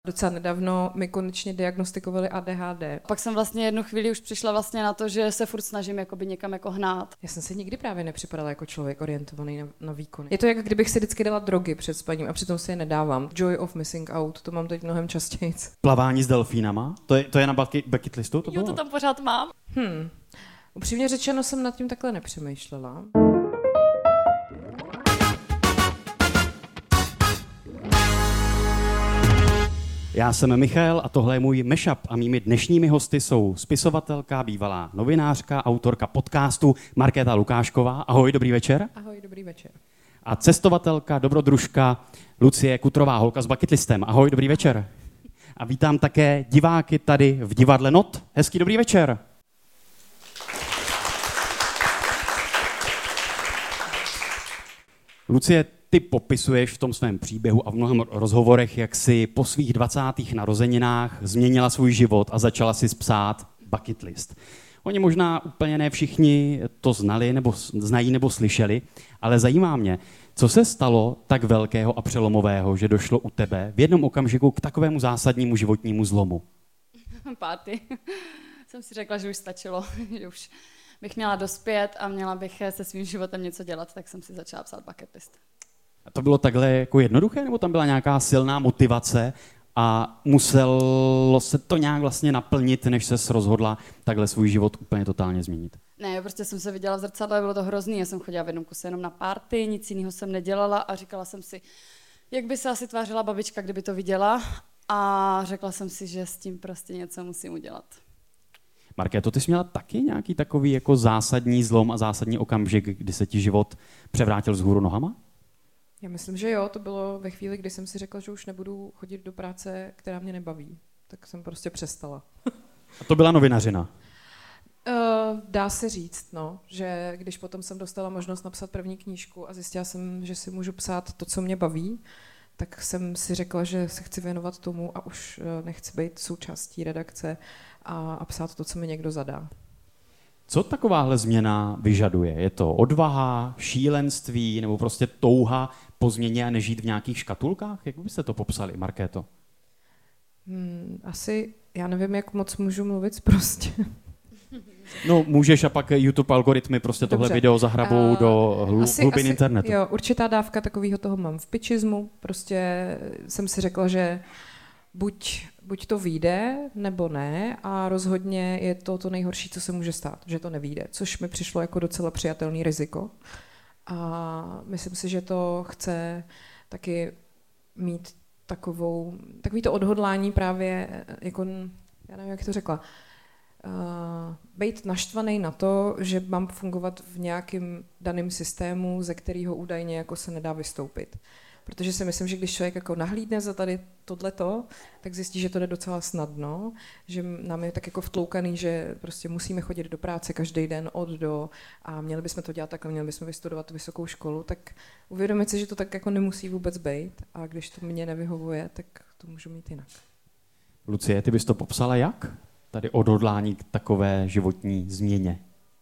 Docela nedávno mi konečně diagnostikovali ADHD. Pak jsem vlastně jednu chvíli už přišla vlastně na to, že se furt snažím jakoby někam jako hnát. Já jsem se nikdy právě nepřipadala jako člověk orientovaný na výkony. Je to jak kdybych si vždycky dala drogy před spaním a přitom si je nedávám. Joy of missing out, to mám teď mnohem častěji. Plavání s delfínama? To je na bucket listu? Jo, to tam pořád mám. Upřímně řečeno jsem nad tím takhle nepřemýšlela. Já jsem Michal a tohle je můj mashup a mými dnešními hosty jsou spisovatelka, bývalá novinářka, autorka podcastu Markéta Lukášková. Ahoj, dobrý večer. Ahoj, dobrý večer. A cestovatelka, dobrodružka Lucie Kutrová, holka s bucketlistem. Ahoj, dobrý večer. A vítám také diváky tady v divadle Not. Hezký dobrý večer. Lucie, ty popisuješ v tom svém příběhu a v mnoha rozhovorech, jak si po svých 20. narozeninách změnila svůj život a začala si psát bucket list. Oni možná úplně ne všichni to znali, nebo znají, nebo slyšeli, ale zajímá mě, co se stalo tak velkého a přelomového, že došlo u tebe v jednom okamžiku k takovému zásadnímu životnímu zlomu? Party. Jsem si řekla, že už stačilo, že už bych měla dospět a měla bych se svým životem něco dělat, tak jsem si začala psát bucket list. A to bylo takhle jako jednoduché, nebo tam byla nějaká silná motivace a muselo se to nějak vlastně naplnit, než ses rozhodla takhle svůj život úplně totálně změnit? Ne, prostě jsem se viděla v zrcadle, bylo to hrozný, já jsem chodila v jednom kuse jenom na party, nic jiného jsem nedělala a říkala jsem si, jak by se asi tvářila babička, kdyby to viděla, a řekla jsem si, že s tím prostě něco musím udělat. Markéto, ty jsi měla taky nějaký takový jako zásadní zlom a zásadní okamžik, kdy se ti život převrátil vzhůru nohama? Já myslím, že jo, to bylo ve chvíli, kdy jsem si řekla, že už nebudu chodit do práce, která mě nebaví. Tak jsem prostě přestala. A to byla novinařina? Dá se říct, no, že když potom jsem dostala možnost napsat první knížku a zjistila jsem, že si můžu psát to, co mě baví, tak jsem si řekla, že se chci věnovat tomu a už nechci být součástí redakce a psát to, co mi někdo zadá. Co takováhle změna vyžaduje? Je to odvaha, šílenství nebo prostě touha po změně a nežít v nějakých škatulkách? Jak byste to popsali, Markéto? Asi, já nevím, jak moc můžu mluvit prostě. No, můžeš a pak YouTube algoritmy prostě tohle video zahrabou do hlubin internetu. Jo, určitá dávka takového toho mám v pičismu. Prostě jsem si řekla, že buď to vyjde, nebo ne, a rozhodně je to nejhorší, co se může stát, že to nevyjde, což mi přišlo jako docela přijatelný riziko. A myslím si, že to chce taky mít takový to odhodlání právě, jako, já nevím, jak to řekla, být naštvaný na to, že mám fungovat v nějakém daném systému, ze kterého údajně jako se nedá vystoupit. Protože si myslím, že když člověk jako nahlídne za tady tohleto, tak zjistí, že to jde docela snadno, že nám je tak jako vtloukaný, že prostě musíme chodit do práce každý den od do a měli bychom to dělat takhle, měli bychom vystudovat vysokou školu, tak uvědomit si, že to tak jako nemusí vůbec být a když to mě nevyhovuje, tak to můžu mít jinak. Lucie, ty bys to popsala jak? Tady odhodlání k takové životní změně.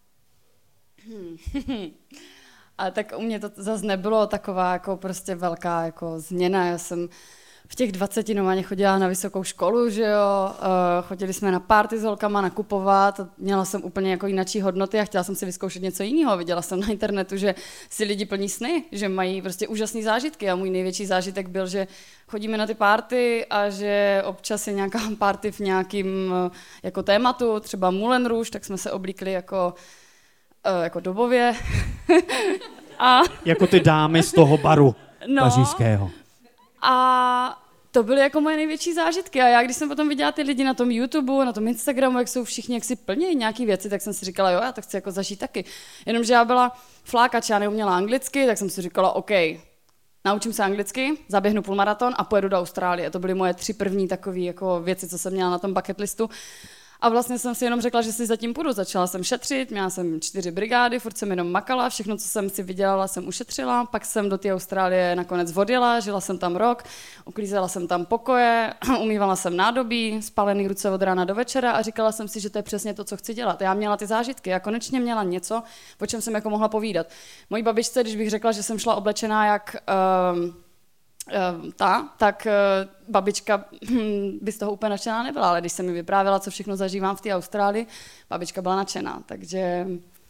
Ale tak u mě to zase nebylo taková jako prostě velká jako změna. Já jsem v těch 20 normálně chodila na vysokou školu, že jo, chodili jsme na party s holkama nakupovat, měla jsem úplně jako jinačí hodnoty a chtěla jsem si vyzkoušet něco jiného. Viděla jsem na internetu, že si lidi plní sny, že mají prostě úžasné zážitky a můj největší zážitek byl, že chodíme na ty party a že občas je nějaká party v nějakým jako tématu, třeba Moulin Rouge, tak jsme se oblíkli jako dobově. A jako ty dámy z toho baru pařížského. A to byly jako moje největší zážitky. A já, když jsem potom viděla ty lidi na tom YouTube, na tom Instagramu, jak jsou všichni, jak si plnějí nějaký věci, tak jsem si říkala, jo, já to chci jako zažít taky. Jenomže já byla flákač, já neuměla anglicky, tak jsem si říkala, OK, naučím se anglicky, zaběhnu půlmaraton a pojedu do Austrálie. To byly moje 3 první takové jako věci, co jsem měla na tom bucket listu. A vlastně jsem si jenom řekla, že si zatím půjdu. Začala jsem šetřit, měla jsem 4 brigády, furt jsem jenom makala, všechno, co jsem si vydělala, jsem ušetřila. Pak jsem do té Austrálie nakonec odjela, žila jsem tam rok, uklízela jsem tam pokoje, umývala jsem nádobí, spálený ruce od rána do večera a říkala jsem si, že to je přesně to, co chci dělat. Já měla ty zážitky, já konečně měla něco, o čem jsem jako mohla povídat. Mojí babičce, když bych řekla, že jsem šla oblečená jak tak babička by z toho úplně nadšená nebyla, ale když jsem mi vyprávěla, co všechno zažívám v té Austrálii, babička byla nadšená, takže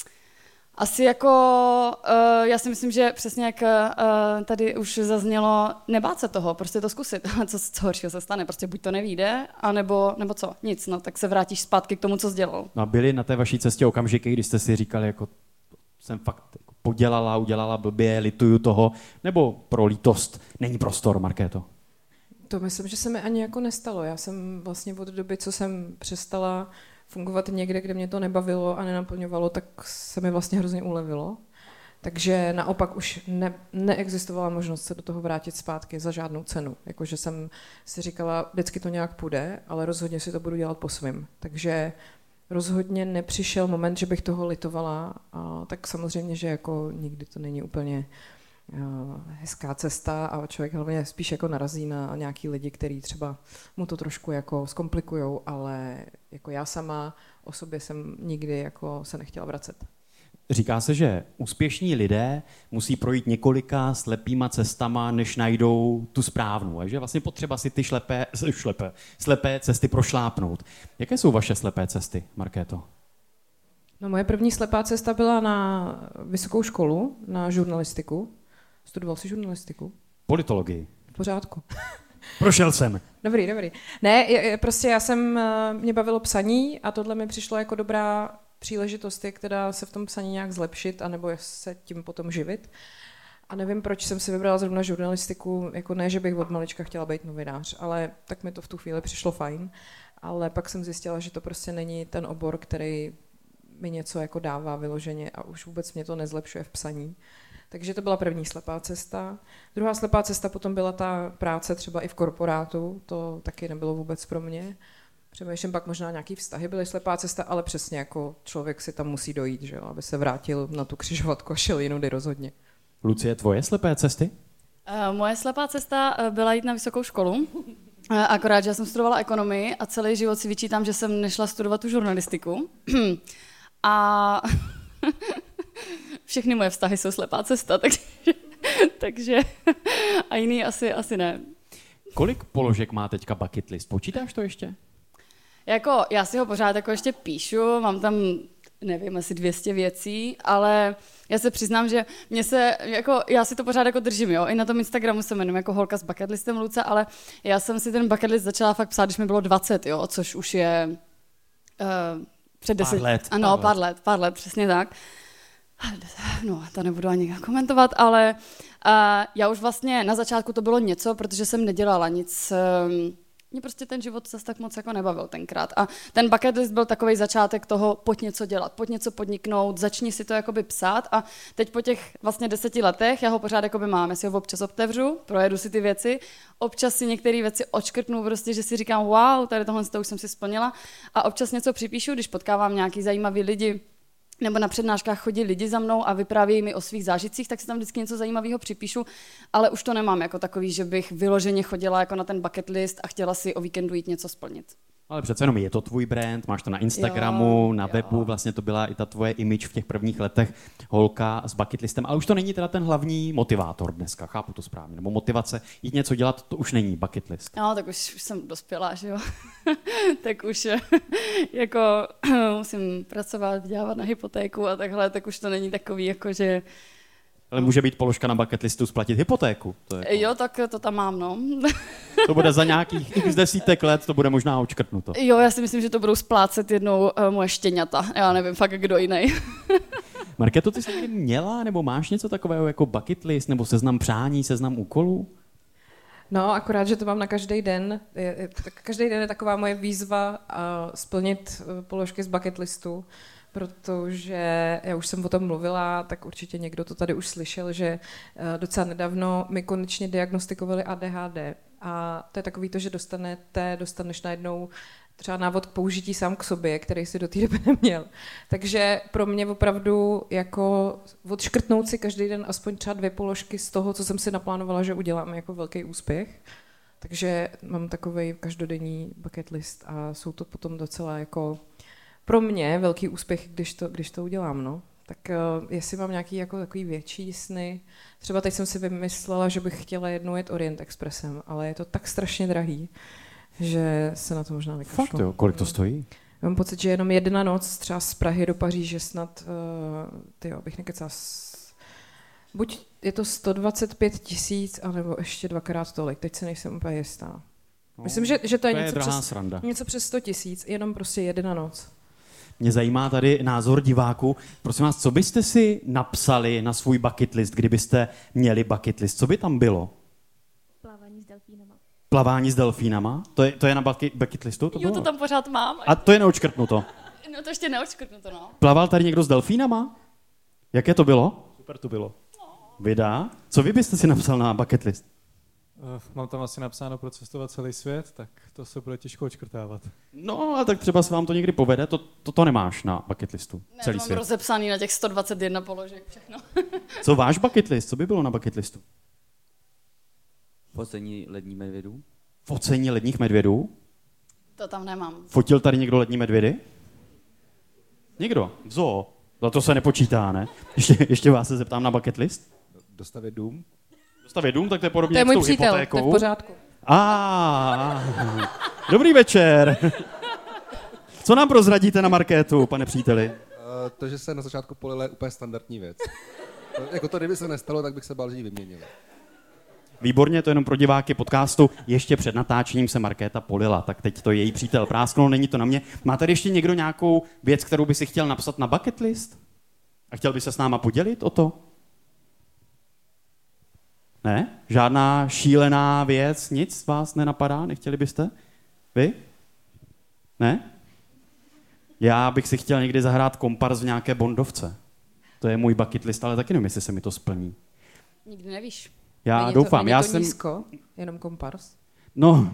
asi jako, já si myslím, že přesně jak tady už zaznělo, nebát se toho, prostě to zkusit, co horšího se stane, prostě buď to nevyjde, anebo co, nic, no, tak se vrátíš zpátky k tomu, co jsi dělal. No a byly na té vaší cestě okamžiky, kdy jste si říkali, jako jsem fakt podělala, udělala blbě, lituju toho, nebo pro lítost není prostor, Markéto? To myslím, že se mi ani jako nestalo. Já jsem vlastně od doby, co jsem přestala fungovat někde, kde mě to nebavilo a nenaplňovalo, tak se mi vlastně hrozně ulevilo. Takže naopak už neexistovala možnost se do toho vrátit zpátky za žádnou cenu. Jakože jsem si říkala, vždycky to nějak půjde, ale rozhodně si to budu dělat po svým. Takže rozhodně nepřišel moment, že bych toho litovala. A tak samozřejmě, že jako nikdy to není úplně hezká cesta a člověk hlavně spíš jako narazí na nějaký lidi, kteří třeba mu to trošku jako zkomplikujou, ale jako já sama o sobě jsem nikdy jako se nechtěla vracet. Říká se, že úspěšní lidé musí projít několika slepýma cestama, než najdou tu správnou. Takže vlastně potřeba si ty slepé cesty prošlápnout. Jaké jsou vaše slepé cesty, Markéto? No, moje první slepá cesta byla na vysokou školu, na žurnalistiku. Studoval jsi žurnalistiku? Politologii. V pořádku. Prošel jsem. Dobrý. Ne, prostě mě bavilo psaní a tohle mi přišlo jako dobrá příležitost, jak teda se v tom psaní nějak zlepšit, anebo se tím potom živit. A nevím, proč jsem si vybrala zrovna žurnalistiku, jako ne, že bych od malička chtěla být novinář, ale tak mi to v tu chvíli přišlo fajn. Ale pak jsem zjistila, že to prostě není ten obor, který mi něco jako dává vyloženě a už vůbec mě to nezlepšuje v psaní. Takže to byla první slepá cesta. Druhá slepá cesta potom byla ta práce třeba i v korporátu, to taky nebylo vůbec pro mě. Přemýšlím, pak možná nějaký vztahy byly slepá cesta, ale přesně jako člověk si tam musí dojít, že jo, aby se vrátil na tu křižovatku a šel jinudy rozhodně. Lucie, tvoje slepé cesty? Moje slepá cesta byla jít na vysokou školu, akorát, že já jsem studovala ekonomii a celý život si vyčítám, že jsem nešla studovat tu žurnalistiku. A všechny moje vztahy jsou slepá cesta, takže a jiný asi ne. Kolik položek má teďka bucket list? Počítáš to ještě? Jako, já si ho pořád jako ještě píšu, mám tam, nevím, asi 200 věcí, ale já se přiznám, že já si to pořád jako držím, jo. I na tom Instagramu se jmenuji jako holka s bucket listem Luce, ale já jsem si ten bucket list začala fakt psát, když mi bylo 20, jo, což už je před 10 let. Ano, pár let, přesně tak. No, to nebudu ani komentovat, ale já už vlastně na začátku to bylo něco, protože jsem nedělala nic. Mě prostě ten život zase tak moc jako nebavil tenkrát. A ten bucket list byl takovej začátek toho, pojď něco dělat, pojď něco podniknout, začni si to jakoby psát a teď po těch vlastně 10 letech já ho pořád jakoby mám, já si ho občas otevřu, projedu si ty věci, občas si některé věci odškrtnu prostě, že si říkám wow, tady tohle už jsem si splnila a občas něco připíšu, když potkávám nějaký zajímavý lidi, nebo na přednáškách chodí lidi za mnou a vyprávějí mi o svých zážitcích, tak si tam vždycky něco zajímavého připíšu, ale už to nemám jako takový, že bych vyloženě chodila jako na ten bucket list a chtěla si o víkendu jít něco splnit. Ale přece jenom je to tvůj brand, máš to na Instagramu, na webu, vlastně to byla i ta tvoje image v těch prvních letech, holka s bucket listem, ale už to není teda ten hlavní motivátor dneska, chápu to správně, nebo motivace jít něco dělat, to už není bucket list. No, tak už jsem dospělá, že jo, tak už jako musím pracovat, vydělávat na hypotéku a takhle, tak už to není takový jako, že... Ale může být položka na bucket listu splatit hypotéku. To je jo, tak to tam mám, no. To bude za nějakých x desítek let, to bude možná odškrtnuto. Jo, já si myslím, že to budou splácet jednou moje štěňata. Já nevím fakt, kdo jiný. Markéto, ty jsi někdy měla, nebo máš něco takového jako bucket list, nebo seznam přání, seznam úkolů? No, akorát, že to mám na každý den. Každý den je taková moje výzva splnit položky z bucket listu, protože já už jsem o tom mluvila, tak určitě někdo to tady už slyšel, že docela nedávno mi konečně diagnostikovali ADHD. A to je takový to, že dostaneš najednou třeba návod k použití sám k sobě, který si do té doby neměl. Takže pro mě opravdu jako odškrtnout si každý den aspoň třeba 2 položky z toho, co jsem si naplánovala, že udělám jako velký úspěch. Takže mám takovej každodenní bucket list a jsou to potom docela jako pro mě velký úspěch, když to udělám, no. Tak jestli mám nějaký jako takový větší sny, třeba teď jsem si vymyslela, že bych chtěla jednou jet Orient Expressem, ale je to tak strašně drahý, že se na to možná vykašlu. Fakt jo, kolik to stojí? Mám pocit, že jenom jedna noc třeba z Prahy do Paříže snad, bych nekecala, buď je to 125 000, anebo ještě dvakrát tolik, teď se nejsem úplně jistá. Myslím, že to je něco přes 100 000, jenom prostě jedna noc. Mě zajímá tady názor diváků. Prosím vás, co byste si napsali na svůj bucket list, kdybyste měli bucket list? Co by tam bylo? Plavání s delfínama. Plavání s delfínama? To je na bucket listu? Jo, to tam pořád mám. A to je neočkrtnuto? No to ještě neočkrtnuto, no. Plaval tady někdo s delfínama? Jaké to bylo? Super to bylo. Vida? Co vy byste si napsal na bucket list? Mám tam asi napsáno procestovat celý svět, tak to se bude těžko očkrtávat. No, ale tak třeba se vám to někdy povede, to nemáš na bucket listu. Ne, celý to mám svět. rozepsaný na těch 121 položek, všechno. Co váš bucket list? Co by bylo na bucket listu? Focení lední medvědů. Focení ledních medvědů? To tam nemám. Fotil tady někdo lední medvědy? Někdo? V zoo? No to se nepočítá, ne? Ještě vás se zeptám na bucket list. Dostavět dům. Dostavět dům, tak to je podobně To je jak s můj tou přítel, to je hypotékou. v pořádku. Dobrý večer. Co nám prozradíte na markétu, pane příteli? To, že se na začátku polila, je úplně standardní věc. Jako to, kdyby se nestalo, tak bych se bál, že ji vyměnil. Výborně, to jenom pro diváky podcastu. Ještě před natáčením se Markéta polila, tak teď to její přítel prásknul, není to na mě. Má tady ještě někdo nějakou věc, kterou by si chtěl napsat na bucket list? A chtěl by se s náma podělit o to? Ne? Žádná šílená věc, nic vás nenapadá? Nechtěli byste? Vy? Ne? Já bych si chtěl někdy zahrát kompars v nějaké Bondovce. To je můj bucket list, ale taky nevím, jestli se mi to splní. Nikdy nevíš. Já Není doufám. Není Já to jsem... nízko, jenom kompars. No.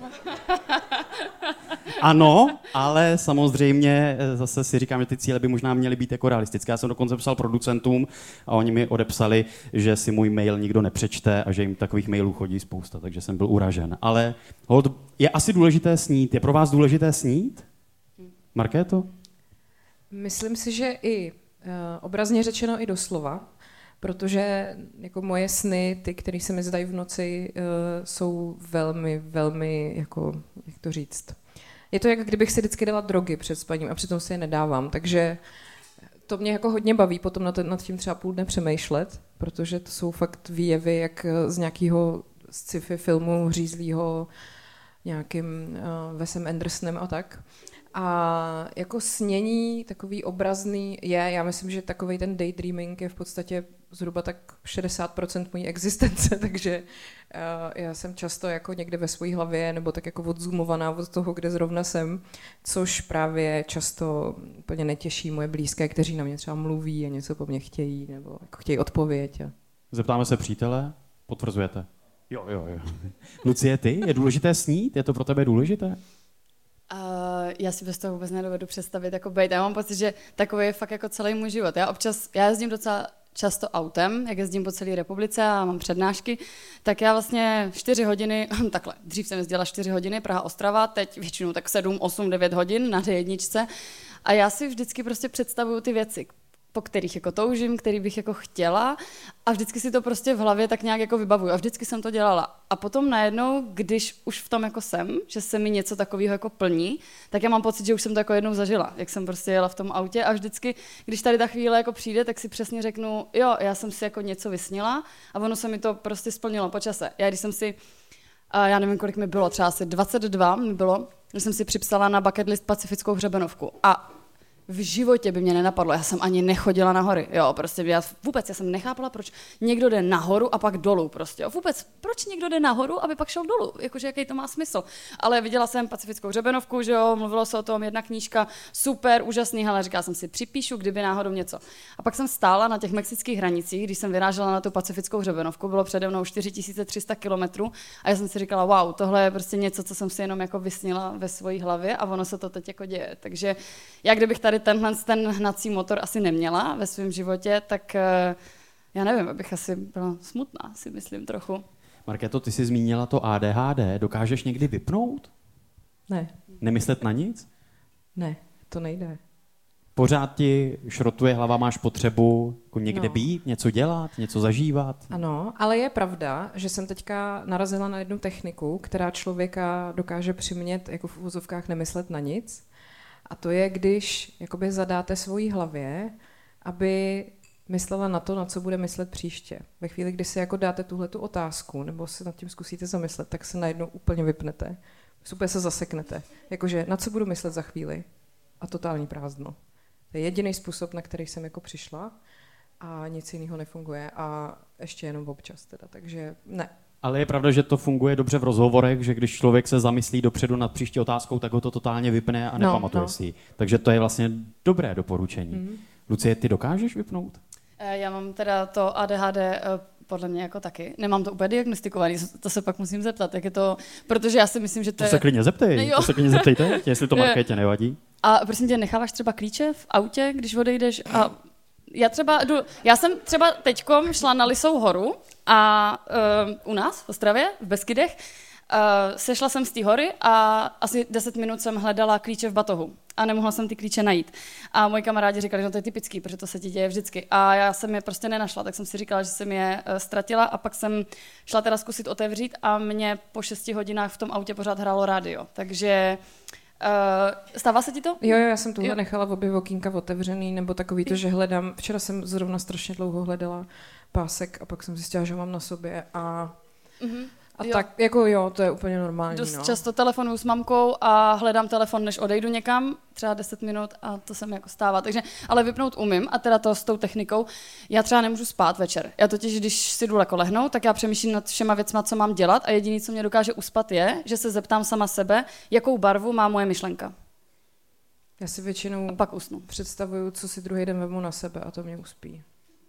Ano, ale samozřejmě zase si říkám, že ty cíle by možná měly být jako realistické. Já jsem dokonce psal producentům a oni mi odepsali, že si můj mail nikdo nepřečte a že jim takových mailů chodí spousta, takže jsem byl uražen. Ale je asi důležité snít. Je pro vás důležité snít? Markéto? Myslím si, že i obrazně řečeno i doslova, protože jako moje sny, ty, které se mi zdají v noci, jsou velmi, velmi, jako, jak to říct. Je to, jak kdybych si vždycky dala drogy před spaním a přitom si je nedávám, takže to mě jako hodně baví potom nad tím třeba půl dne přemýšlet, protože to jsou fakt výjevy, jak z nějakého sci-fi filmu hřízlýho nějakým Wesem Andersonem a tak. A jako snění, takový obrazný já myslím, že takovej ten daydreaming je v podstatě zhruba tak 60% mojí existence, takže já jsem často jako někde ve své hlavě nebo tak jako odzoomovaná od toho, kde zrovna jsem, což právě často úplně netěší moje blízké, kteří na mě třeba mluví a něco po mně chtějí nebo jako chtějí odpověď. Zeptáme se přítele, potvrzujete? Jo. Lucie, ty? Je důležité snít? Je to pro tebe důležité? Já si bez toho vůbec nedovedu představit jako bejt. Já mám pocit, že takový je fakt jako celý můj život. Já jezdím docela často autem, jak jezdím po celé republice a mám přednášky, tak já vlastně 4 hodiny, takhle, dřív jsem jezdila 4 hodiny, Praha-Ostrava, teď většinou tak 7, 8, 9 hodin na D1 a já si vždycky prostě představuju ty věci, po kterých jako toužím, který bych jako chtěla a vždycky si to prostě v hlavě tak nějak jako vybavuju a vždycky jsem to dělala. A potom najednou, když už v tom jako jsem, že se mi něco takového jako plní, tak já mám pocit, že už jsem to jako jednou zažila, jak jsem prostě jela v tom autě a vždycky, když tady ta chvíle jako přijde, tak si přesně řeknu, jo, já jsem si jako něco vysnila a ono se mi to prostě splnilo po čase. Já když jsem si, já nevím, kolik mi bylo, třeba asi 22 mi bylo, když jsem si připsala na bucket list Pacifickou hřebenovku a v životě by mě nenapadlo, já jsem ani nechodila na hory, jo, prostě já jsem nechápala, proč někdo jde nahoru a pak dolů prostě, jo, vůbec, proč někdo jde nahoru, aby pak šel dolů, jakože jaký to má smysl, ale viděla jsem Pacifickou hřebenovku, že jo, mluvilo se o tom, jedna knížka, super, úžasný, ale říkala jsem si, připíšu, kdyby náhodou něco. A pak jsem stála na těch mexických hranicích, když jsem vyrážela na tu Pacifickou hřebenovku, bylo přede mnou 4300 kilometrů a já jsem si říkala, wow, tohle je prostě něco, co jsem si jenom jako vysnila ve své hlavě a ono se to teď jako děje, takže já kdybych tady ten hnací motor asi neměla ve svém životě, tak já nevím, abych asi byla smutná, si myslím trochu. Markéto, ty jsi zmínila to ADHD. Dokážeš někdy vypnout? Ne. Nemyslet na nic? Ne, to nejde. Pořád ti šrotuje hlava, máš potřebu jako někde být, něco dělat, něco zažívat. Ano, ale je pravda, že jsem teďka narazila na jednu techniku, která člověka dokáže přimět jako v uvozovkách nemyslet na nic. A to je, když jakoby zadáte svojí hlavě, aby myslela na to, na co bude myslet příště. Ve chvíli, kdy si jako dáte tuhletu otázku, nebo se nad tím zkusíte zamyslet, tak se najednou úplně vypnete. Úplně se zaseknete. Jakože na co budu myslet za chvíli? A totální prázdno. To je jediný způsob, na který jsem jako přišla a nic jiného nefunguje. A ještě jenom občas teda, takže ne. Ale je pravda, že to funguje dobře v rozhovorech, že když člověk se zamyslí dopředu nad příští otázkou, tak ho to totálně vypne a nepamatuje si ji. Takže to je vlastně dobré doporučení. Lucie, ty dokážeš vypnout? Já mám teda to ADHD podle mě jako taky. Nemám to úplně diagnostikovaný, to se pak musím zeptat, jak je to, protože já si myslím, že to je... Se klidně zeptej, to se klidně zeptejte, jestli to Markétě nevadí. A prosím tě, necháváš třeba klíče v autě, když odejdeš a já jsem třeba teďkom šla na Lisou horu a u nás v Ostravě, v Beskydech, sešla jsem z té hory a asi 10 minut jsem hledala klíče v batohu a nemohla jsem ty klíče najít. A moji kamarádi říkali, že to je typický, protože to se ti děje vždycky. A já jsem je prostě nenašla, tak jsem si říkala, že jsem je ztratila a pak jsem šla teda zkusit otevřít a mě po 6 hodinách v tom autě pořád hrálo rádio. Takže stává se ti to? Jo, já jsem tuhle nechala v obě okýnka otevřený, nebo takový to, že hledám, včera jsem zrovna strašně dlouho hledala pásek a pak jsem zjistila, že mám na sobě a tak, jako jo, to je úplně normální. Dost často telefonuju s mamkou a hledám telefon, než odejdu někam, třeba 10 minut a to se mi jako stává. Takže, ale vypnout umím a teda to s tou technikou. Já třeba nemůžu spát večer. Já totiž, když si jdu jako lehnout, tak já přemýšlím nad všema věcma, co mám dělat a jediné, co mě dokáže uspat je, že se zeptám sama sebe, jakou barvu má moje myšlenka. Já si většinou a pak usnu. Představuju, co si druhý den vemu na sebe a to mě uspí.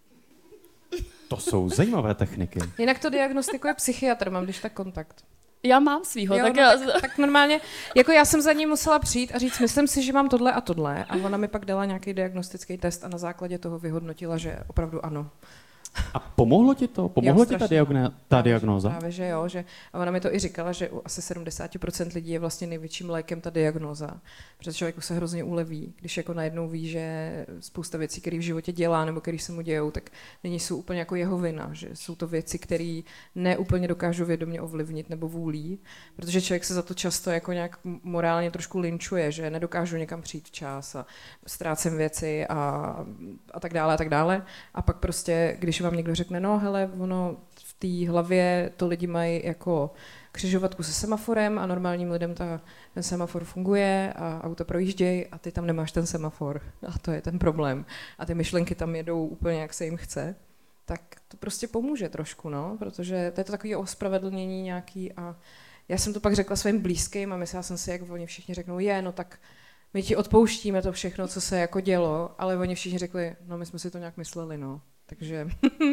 To jsou zajímavé techniky. Jinak to diagnostikuje psychiatr, mám když tak kontakt. Já mám svýho, jo, tak normálně, jako já jsem za ní musela přijít a říct, myslím si, že mám tohle a tohle a ona mi pak dala nějaký diagnostický test a na základě toho vyhodnotila, že opravdu ano. A pomohlo ti to? Pomohlo ti ta diagnóza? Právě, že jo. A ona mi to i říkala, že u asi 70% lidí je vlastně největším lékem ta diagnóza. Protože člověku se hrozně uleví, když jako najednou ví, že spousta věcí, které v životě dělá nebo které se mu dějou, tak není jsou úplně jako jeho vina. Že jsou to věci, které neúplně dokážou vědomě ovlivnit nebo vůlí. Protože člověk se za to často jako nějak morálně trošku linčuje, že nedokážu někam přijít včas a ztrácím věci a tak dále a tak dále. A pak prostě, když vám někdo řekne, no hele, ono v té hlavě to lidi mají jako křižovatku se semaforem a normálním lidem ten semafor funguje a auta projíždějí a ty tam nemáš ten semafor. A to je ten problém. A ty myšlenky tam jedou úplně, jak se jim chce. Tak to prostě pomůže trošku, no, protože to je to takové ospravedlnění nějaký a já jsem to pak řekla svým blízkým a myslela jsem si, jak oni všichni řeknou, no tak my ti odpouštíme to všechno, co se jako dělo, ale oni všichni řekli, no my jsme si to nějak mysleli, no. Takže...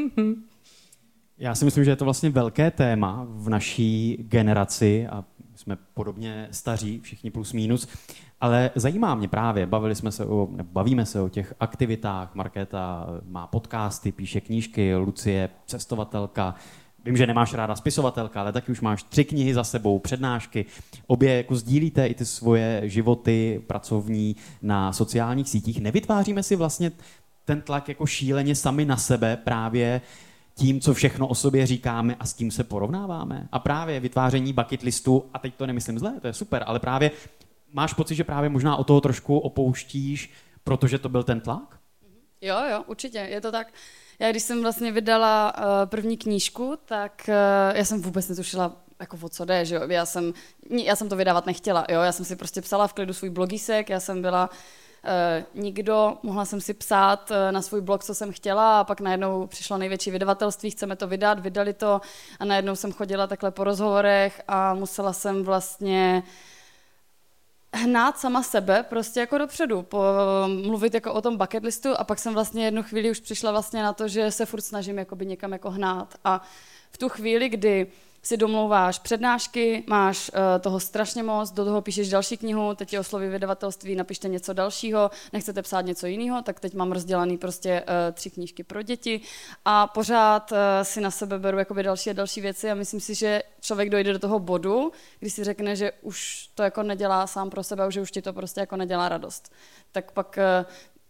Já si myslím, že je to vlastně velké téma v naší generaci a jsme podobně staří, všichni plus minus, ale zajímá mě právě, bavíme se o těch aktivitách, Markéta má podcasty, píše knížky, Lucie cestovatelka, vím, že nemáš ráda spisovatelka, ale taky už máš 3 knihy za sebou, přednášky, obě jako sdílíte i ty svoje životy pracovní na sociálních sítích. Nevytváříme si vlastně ten tlak jako šíleně sami na sebe právě tím, co všechno o sobě říkáme a s tím se porovnáváme. A právě vytváření bucket listu, a teď to nemyslím zle, to je super, ale právě máš pocit, že právě možná o toho trošku opouštíš, protože to byl ten tlak? Jo, určitě, je to tak. Já když jsem vlastně vydala první knížku, tak já jsem vůbec netušila, jako o co jde, že jo. Já jsem to vydávat nechtěla, jo. Já jsem si prostě psala v klidu svůj blogísek, já jsem byla nikdo, mohla jsem si psát na svůj blog, co jsem chtěla a pak najednou přišlo největší vydavatelství, chceme to vydat, vydali to a najednou jsem chodila takhle po rozhovorech a musela jsem vlastně hnát sama sebe prostě jako dopředu, mluvit jako o tom bucket listu a pak jsem vlastně jednu chvíli už přišla vlastně na to, že se furt snažím jakoby někam jako hnát a v tu chvíli, kdy si domlouváš přednášky, máš toho strašně moc, do toho píšeš další knihu, teď je osloví vydavatelství, napište něco dalšího, nechcete psát něco jiného, tak teď mám rozdělaný prostě 3 knížky pro děti a pořád si na sebe beru jakoby další a další věci a myslím si, že člověk dojde do toho bodu, kdy si řekne, že už to jako nedělá sám pro sebe, že už ti to prostě jako nedělá radost. Tak pak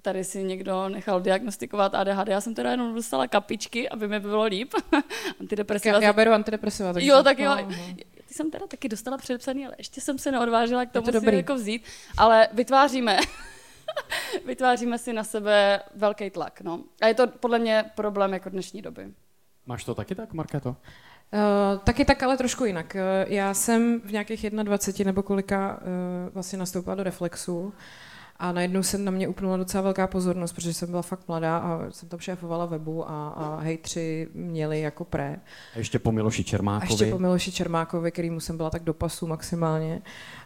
tady si někdo nechal diagnostikovat ADHD, já jsem teda jenom dostala kapičky, aby mi bylo líp. Antidepresiva. Já beru antidepresiva. Takže... Jo, tak jo. Ty jsem teda taky dostala předepsaný, ale ještě jsem se neodvážila k tomu si jako vzít. Ale vytváříme si na sebe velký tlak. No. A je to podle mě problém jako dnešní doby. Máš to taky tak, Markéto? Taky tak, ale trošku jinak. Já jsem v nějakých 21 nebo kolika vlastně nastoupila do Reflexu a najednou se na mě upnula docela velká pozornost, protože jsem byla fakt mladá a jsem tam šéfovala webu a hejtři měli jako pré. A ještě po Miloši Čermákovi. Kterýmu jsem byla tak do pasu maximálně.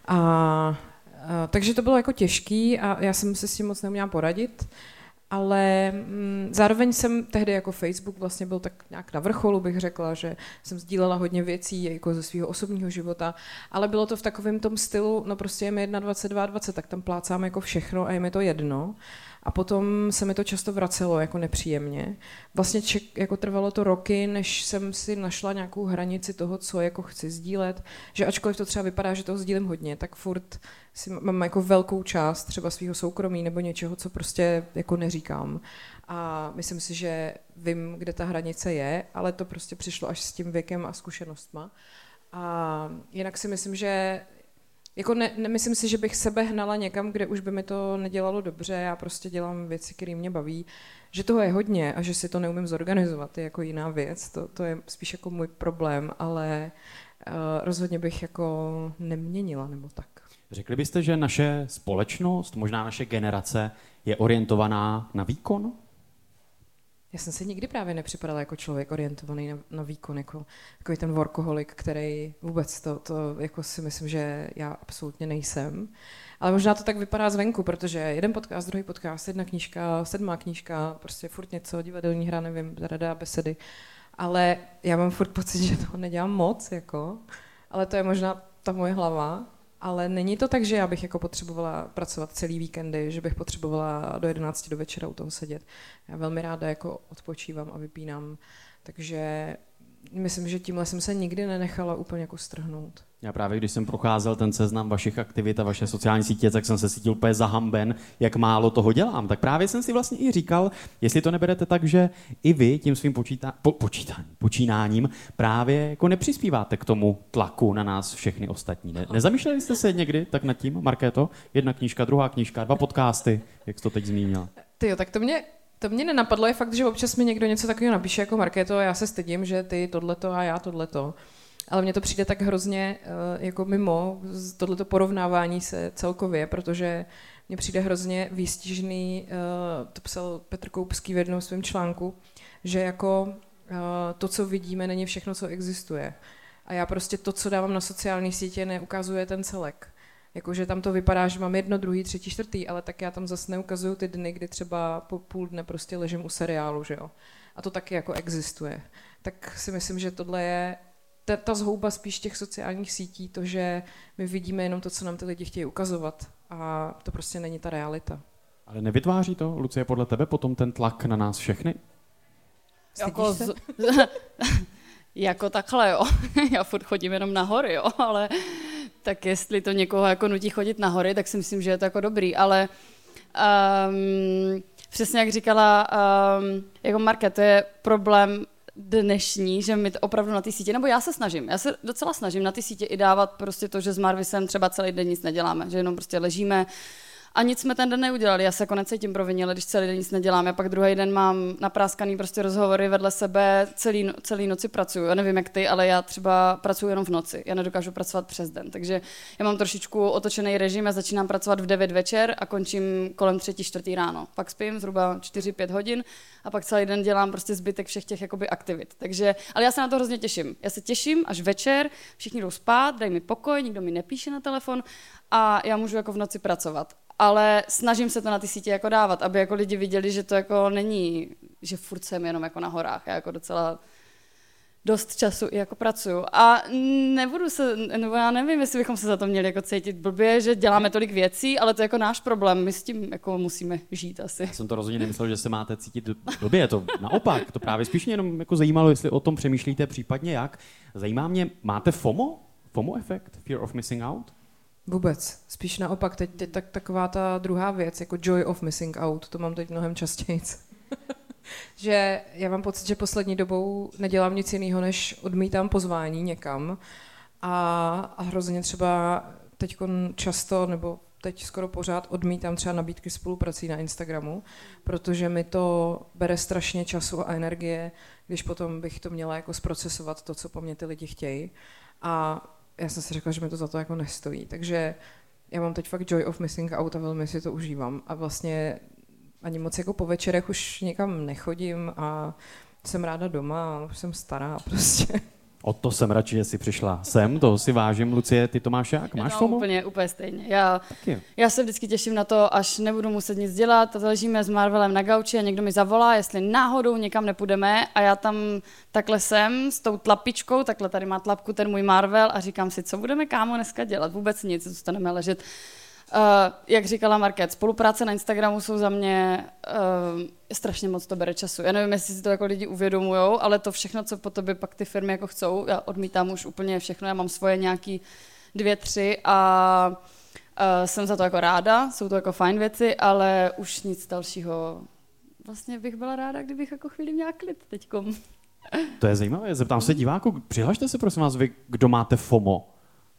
Takže to bylo jako těžký a já jsem se s tím moc neuměla poradit. Ale zároveň jsem tehdy jako Facebook vlastně byl tak nějak na vrcholu, bych řekla, že jsem sdílela hodně věcí jako ze svého osobního života, ale bylo to v takovém tom stylu, no prostě je mi 21, 22, tak tam plácám jako všechno a je mi to jedno. A potom se mi to často vracelo jako nepříjemně. Vlastně jako trvalo to roky, než jsem si našla nějakou hranici toho, co jako chci sdílet, že ačkoliv to třeba vypadá, že toho sdílím hodně, tak furt si mám jako velkou část třeba svého soukromí nebo něčeho, co prostě jako neříkám. A myslím si, že vím, kde ta hranice je, ale to prostě přišlo až s tím věkem a zkušenostma. A jinak si myslím, že jako nemyslím si, že bych sebe hnala někam, kde už by mi to nedělalo dobře, já prostě dělám věci, které mě baví, že toho je hodně a že si to neumím zorganizovat, je jako jiná věc, to je spíš jako můj problém, ale rozhodně bych jako neměnila nebo tak. Řekli byste, že naše společnost, možná naše generace je orientovaná na výkon? Já jsem si nikdy právě nepřipadala jako člověk orientovaný na výkon, jako ten workoholik, který vůbec to jako si myslím, že já absolutně nejsem. Ale možná to tak vypadá zvenku, protože jeden podcast, druhý podcast, jedna knížka, 7. knížka, prostě furt něco, divadelní hra, nevím, rada, besedy. Ale já mám furt pocit, že toho nedělám moc, jako. Ale to je možná ta moje hlava. Ale není to tak, že já bych jako potřebovala pracovat celý víkendy, že bych potřebovala do 11 do večera u toho sedět. Já velmi ráda jako odpočívám a vypínám. Takže myslím, že tímhle jsem se nikdy nenechala úplně jako strhnout. Já právě, když jsem procházel ten seznam vašich aktivit a vaše sociální sítě, tak jsem se cítil úplně zahamben, jak málo toho dělám. Tak právě jsem si vlastně i říkal, jestli to neberete tak, že i vy tím svým počínáním právě jako nepřispíváte k tomu tlaku na nás všechny ostatní. Nezamýšleli jste se někdy tak nad tím, Markéto? Jedna knížka, druhá knížka, 2 podcasty, jak jsi to teď zmínila. Tyjo, tak to mě nenapadlo, je fakt, že občas mi někdo něco takového napíše jako Markéto, já se stydím, že ty tohleto a já tohleto. Ale mně to přijde tak hrozně jako mimo tohleto porovnávání se celkově, protože mně přijde hrozně výstižný, to psal Petr Koupský v jednom svém článku, že jako to, co vidíme, není všechno, co existuje. A já prostě to, co dávám na sociální sítě, neukazuje ten celek. Jakože tam to vypadá, že mám 1, 2, 3, 4, ale tak já tam zase neukazuju ty dny, kdy třeba po půl dne prostě ležím u seriálu, že jo. A to taky jako existuje. Tak si myslím, že tohle je ta zhouba spíš těch sociálních sítí, to, že my vidíme jenom to, co nám ty lidi chtějí ukazovat. A to prostě není ta realita. Ale nevytváří to, Lucie, podle tebe potom ten tlak na nás všechny? Jako, jako takhle, jo. Já furt chodím jenom na hory, jo, ale tak jestli to někoho jako nutí chodit na hory, tak si myslím, že je to jako dobrý, ale přesně jak říkala jako Marka, to je problém dnešní, že my to opravdu na té sítě, nebo já se docela snažím na té sítě i dávat prostě to, že s Marvisem třeba celý den nic neděláme, že jenom prostě ležíme a nic jsme ten den neudělali. Já se jako necítím provinile, když celý den nic nedělám. Já pak druhý den mám napráskaný prostě rozhovory vedle sebe, celý noci pracuju. Já nevím jak ty, ale já třeba pracuji jenom v noci. Já nedokážu pracovat přes den. Takže já mám trošičku otočený režim, já začínám pracovat v 9 večer a končím kolem 3, 4 ráno. Pak spím zhruba 4-5 hodin a pak celý den dělám prostě zbytek všech těch jakoby aktivit. Takže, ale já se na to hrozně těším. Já se těším, až večer všichni jdou spát, dají mi pokoj, nikdo mi nepíše na telefon a já můžu jako v noci pracovat. Ale snažím se to na ty sítě jako dávat, aby jako lidi viděli, že to jako není, že furt jsem jenom jako na horách. Já jako docela dost času i jako pracuju. A já nevím, jestli bychom se za to měli jako cítit blbě, že děláme tolik věcí, ale to je jako náš problém. My s tím jako musíme žít asi. Já jsem to rozhodně nemyslel, že se máte cítit blbě. To naopak, to právě spíš mě jenom jako zajímalo, jestli o tom přemýšlíte, případně jak. Zajímá mě, máte FOMO? FOMO efekt? Fear of missing out? Vůbec. Spíš naopak, teď taková ta druhá věc, jako joy of missing out, to mám teď mnohem častěji. Že já mám pocit, že poslední dobou nedělám nic jiného, než odmítám pozvání někam a hrozně třeba teď často, nebo teď skoro pořád odmítám třeba nabídky spoluprací na Instagramu, protože mi to bere strašně času a energie, když potom bych to měla jako zprocesovat to, co po mně ty lidi chtějí. A já jsem si řekla, že mi to za to jako nestojí. Takže já mám teď fakt joy of missing out a velmi si to užívám. A vlastně ani moc jako po večerech už nikam nechodím a jsem ráda doma, už jsem stará prostě. O to jsem radši, že jsi přišla sem, toho si vážím. Lucie, ty to máš jak? Máš FOMO? Úplně stejně. Já se vždycky těším na to, až nebudu muset nic dělat, ležíme s Marvelem na gauči a někdo mi zavolá, jestli náhodou někam nepůjdeme a já tam takhle jsem s tou tlapičkou, takhle tady má tlapku ten můj Marvel a říkám si, co budeme kámo dneska dělat, vůbec nic, zůstaneme ležet. Jak říkala Market, spolupráce na Instagramu jsou za mě strašně moc to bere času. Já nevím, jestli si to jako lidi uvědomujou, ale to všechno, co po tobě pak ty firmy jako chcou, já odmítám už úplně všechno, já mám svoje nějaký 2, 3 a jsem za to jako ráda, jsou to jako fajn věci, ale už nic dalšího. Vlastně bych byla ráda, kdybych jako chvíli měla klid teďkom. To je zajímavé, zeptám se diváků, přihlašte se prosím vás vy, kdo máte FOMO.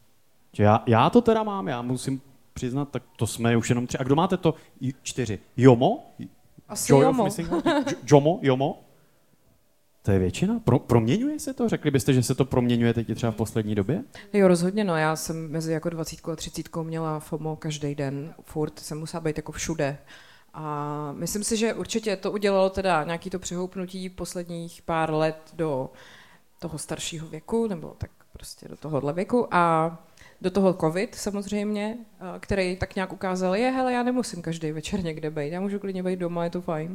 Já to teda mám, já musím přiznat, tak to jsme už jenom 3. A kdo máte to 4? Jomo? Asi Jomo. Jomo? To je většina? Proměňuje se to? Řekli byste, že se to proměňuje teď třeba v poslední době? Jo, rozhodně, no. Já jsem mezi jako 20 a 30 měla FOMO každý den. Furt jsem musela být jako všude. A myslím si, že určitě to udělalo teda nějaký to přehoupnutí posledních pár let do toho staršího věku, nebo tak prostě do tohohle věku. A do toho covid samozřejmě, který tak nějak ukázal, hele, já nemusím každý večer někde být, já můžu klidně být doma, je to fajn.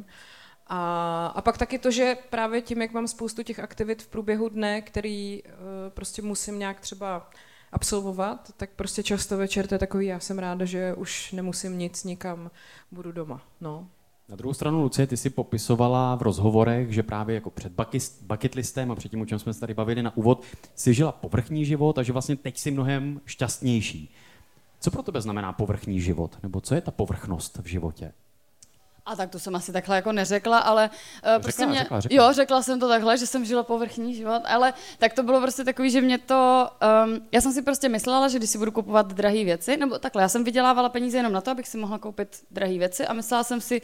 A pak taky to, že právě tím, jak mám spoustu těch aktivit v průběhu dne, který prostě musím nějak třeba absolvovat, tak prostě často večer to je takový, já jsem ráda, že už nemusím nic, nikam, budu doma, no. Na druhou stranu, Lucie, ty si popisovala v rozhovorech, že právě jako před bucket listem a před tím, o čem jsme se tady bavili na úvod, si žila povrchní život a že vlastně teď si mnohem šťastnější. Co pro tebe znamená povrchní život? Nebo co je ta povrchnost v životě? A tak to jsem asi takhle jako neřekla, ale prostě řekla. Jo, řekla jsem to takhle, že jsem žila povrchní život, ale tak to bylo prostě takový, že mě to, já jsem si prostě myslela, že když si budu kupovat drahé věci, nebo takhle, já jsem vydělávala peníze jenom na to, abych si mohla koupit drahé věci a myslela jsem si,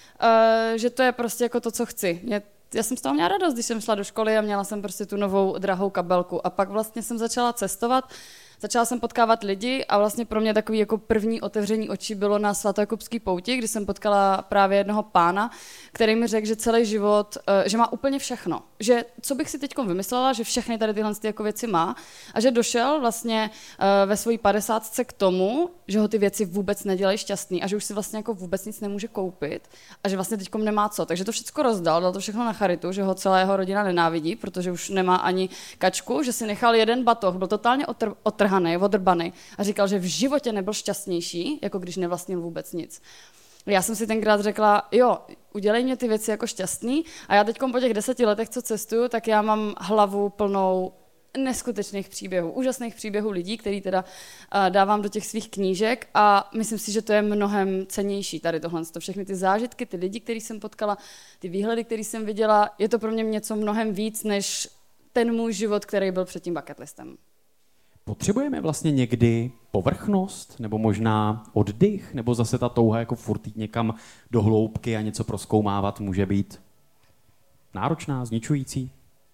že to je prostě jako to, co chci. Já jsem z toho měla radost, když jsem šla do školy a měla jsem prostě tu novou drahou kabelku a pak vlastně jsem začala cestovat. Začala jsem potkávat lidi a vlastně pro mě takový jako první otevření očí bylo na svatojakubský pouti, kdy jsem potkala právě jednoho pána, který mi řekl, že celý život, že má úplně všechno. Že co bych si teďkom vymyslela, že všechny tady tyhle jako věci má a že došel vlastně ve svojí 50 k tomu, že ho ty věci vůbec nedělají šťastný a že už si vlastně jako vůbec nic nemůže koupit a že vlastně teďkom nemá co. Takže to všechno rozdal, dal to všechno na charitu, že ho celá jeho rodina nenávidí, protože už nemá ani kačku, že si nechal jeden batoh, byl totálně odrbaný a říkal, že v životě nebyl šťastnější, jako když nevlastnil vůbec nic. Já jsem si tenkrát řekla, jo, udělej mě ty věci jako šťastný a já teď po těch 10 letech, co cestuju, tak já mám hlavu plnou neskutečných příběhů, úžasných příběhů lidí, který teda dávám do těch svých knížek a myslím si, že to je mnohem cennější tady tohle. Všechny ty zážitky, ty lidi, který jsem potkala, ty výhledy, který jsem viděla, je to pro mě něco mnohem víc, než ten můj život, který byl před tím bucket listem. Potřebujeme vlastně někdy povrchnost, nebo možná oddych, nebo zase ta touha jako furt jít někam do hloubky a něco prozkoumávat může být náročná, zničující?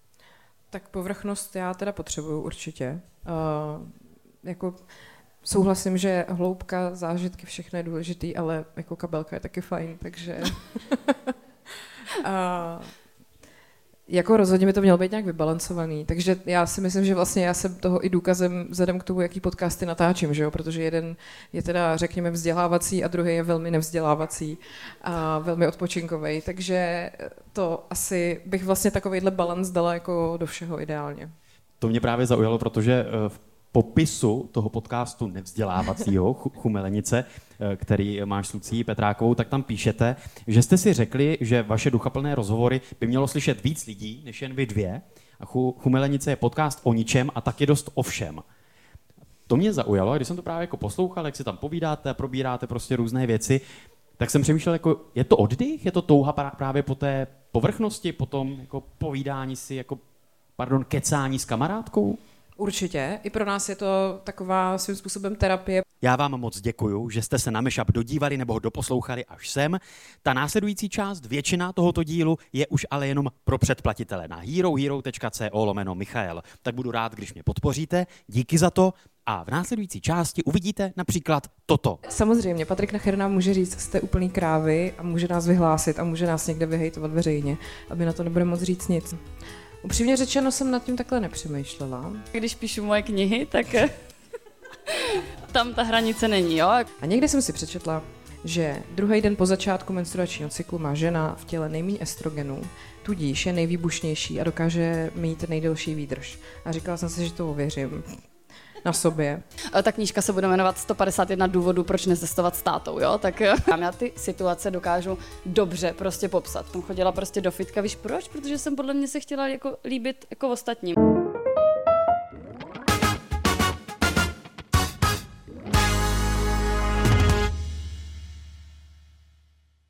Tak povrchnost já teda potřebuju určitě. Jako souhlasím, že hloubka, zážitky, všechno je důležitý, ale jako kabelka je taky fajn, takže jako rozhodně by to mělo být nějak vybalancovaný, takže já si myslím, že vlastně já jsem toho i důkazem vzhledem k tomu, jaký podcasty natáčím, že jo? Protože jeden je teda, řekněme, vzdělávací a druhý je velmi nevzdělávací a velmi odpočinkovej, takže to asi bych vlastně takovejhle balans dala jako do všeho ideálně. To mě právě zaujalo, protože v popisu toho podcastu nevzdělávacího Chumelenice, který máš s Lucí Petrákovou, tak tam píšete, že jste si řekli, že vaše duchaplné rozhovory by mělo slyšet víc lidí, než jen vy dvě. A Chumelenice je podcast o ničem a taky dost o všem. To mě zaujalo, a když jsem to právě jako poslouchal, jak si tam povídáte a probíráte prostě různé věci, tak jsem přemýšlel, jako, je to oddych, je to touha právě po té povrchnosti, po tom jako povídání si, jako, kecání s kamarádkou? Určitě. I pro nás je to taková svým způsobem terapie. Já vám moc děkuju, že jste se na Mashup dodívali nebo ho doposlouchali až sem. Ta následující část, většina tohoto dílu, je už ale jenom pro předplatitele na herohero.co/Michael. Tak budu rád, když mě podpoříte. Díky za to. A v následující části uvidíte například toto. Samozřejmě, Patrik Nacher nám může říct, jste úplný krávy a může nás vyhlásit a může nás někde vyhejtovat veřejně, aby na to nebude moc říct nic. Upřímně řečeno jsem nad tím takhle nepřemýšlela. Když píšu moje knihy, tak tam ta hranice není, jo? A někde jsem si přečetla, že druhý den po začátku menstruačního cyklu má žena v těle nejméně estrogenů, tudíž je nejvýbušnější a dokáže mít nejdelší výdrž. A říkala jsem si, že to ověřím na sobě. Ta knížka se bude jmenovat 151 důvodů, proč necestovat s tátou, jo? Tak já ty situace dokážu dobře prostě popsat. Jsem chodila prostě do fitka, víš proč? Protože jsem podle mě se chtěla jako líbit jako ostatním.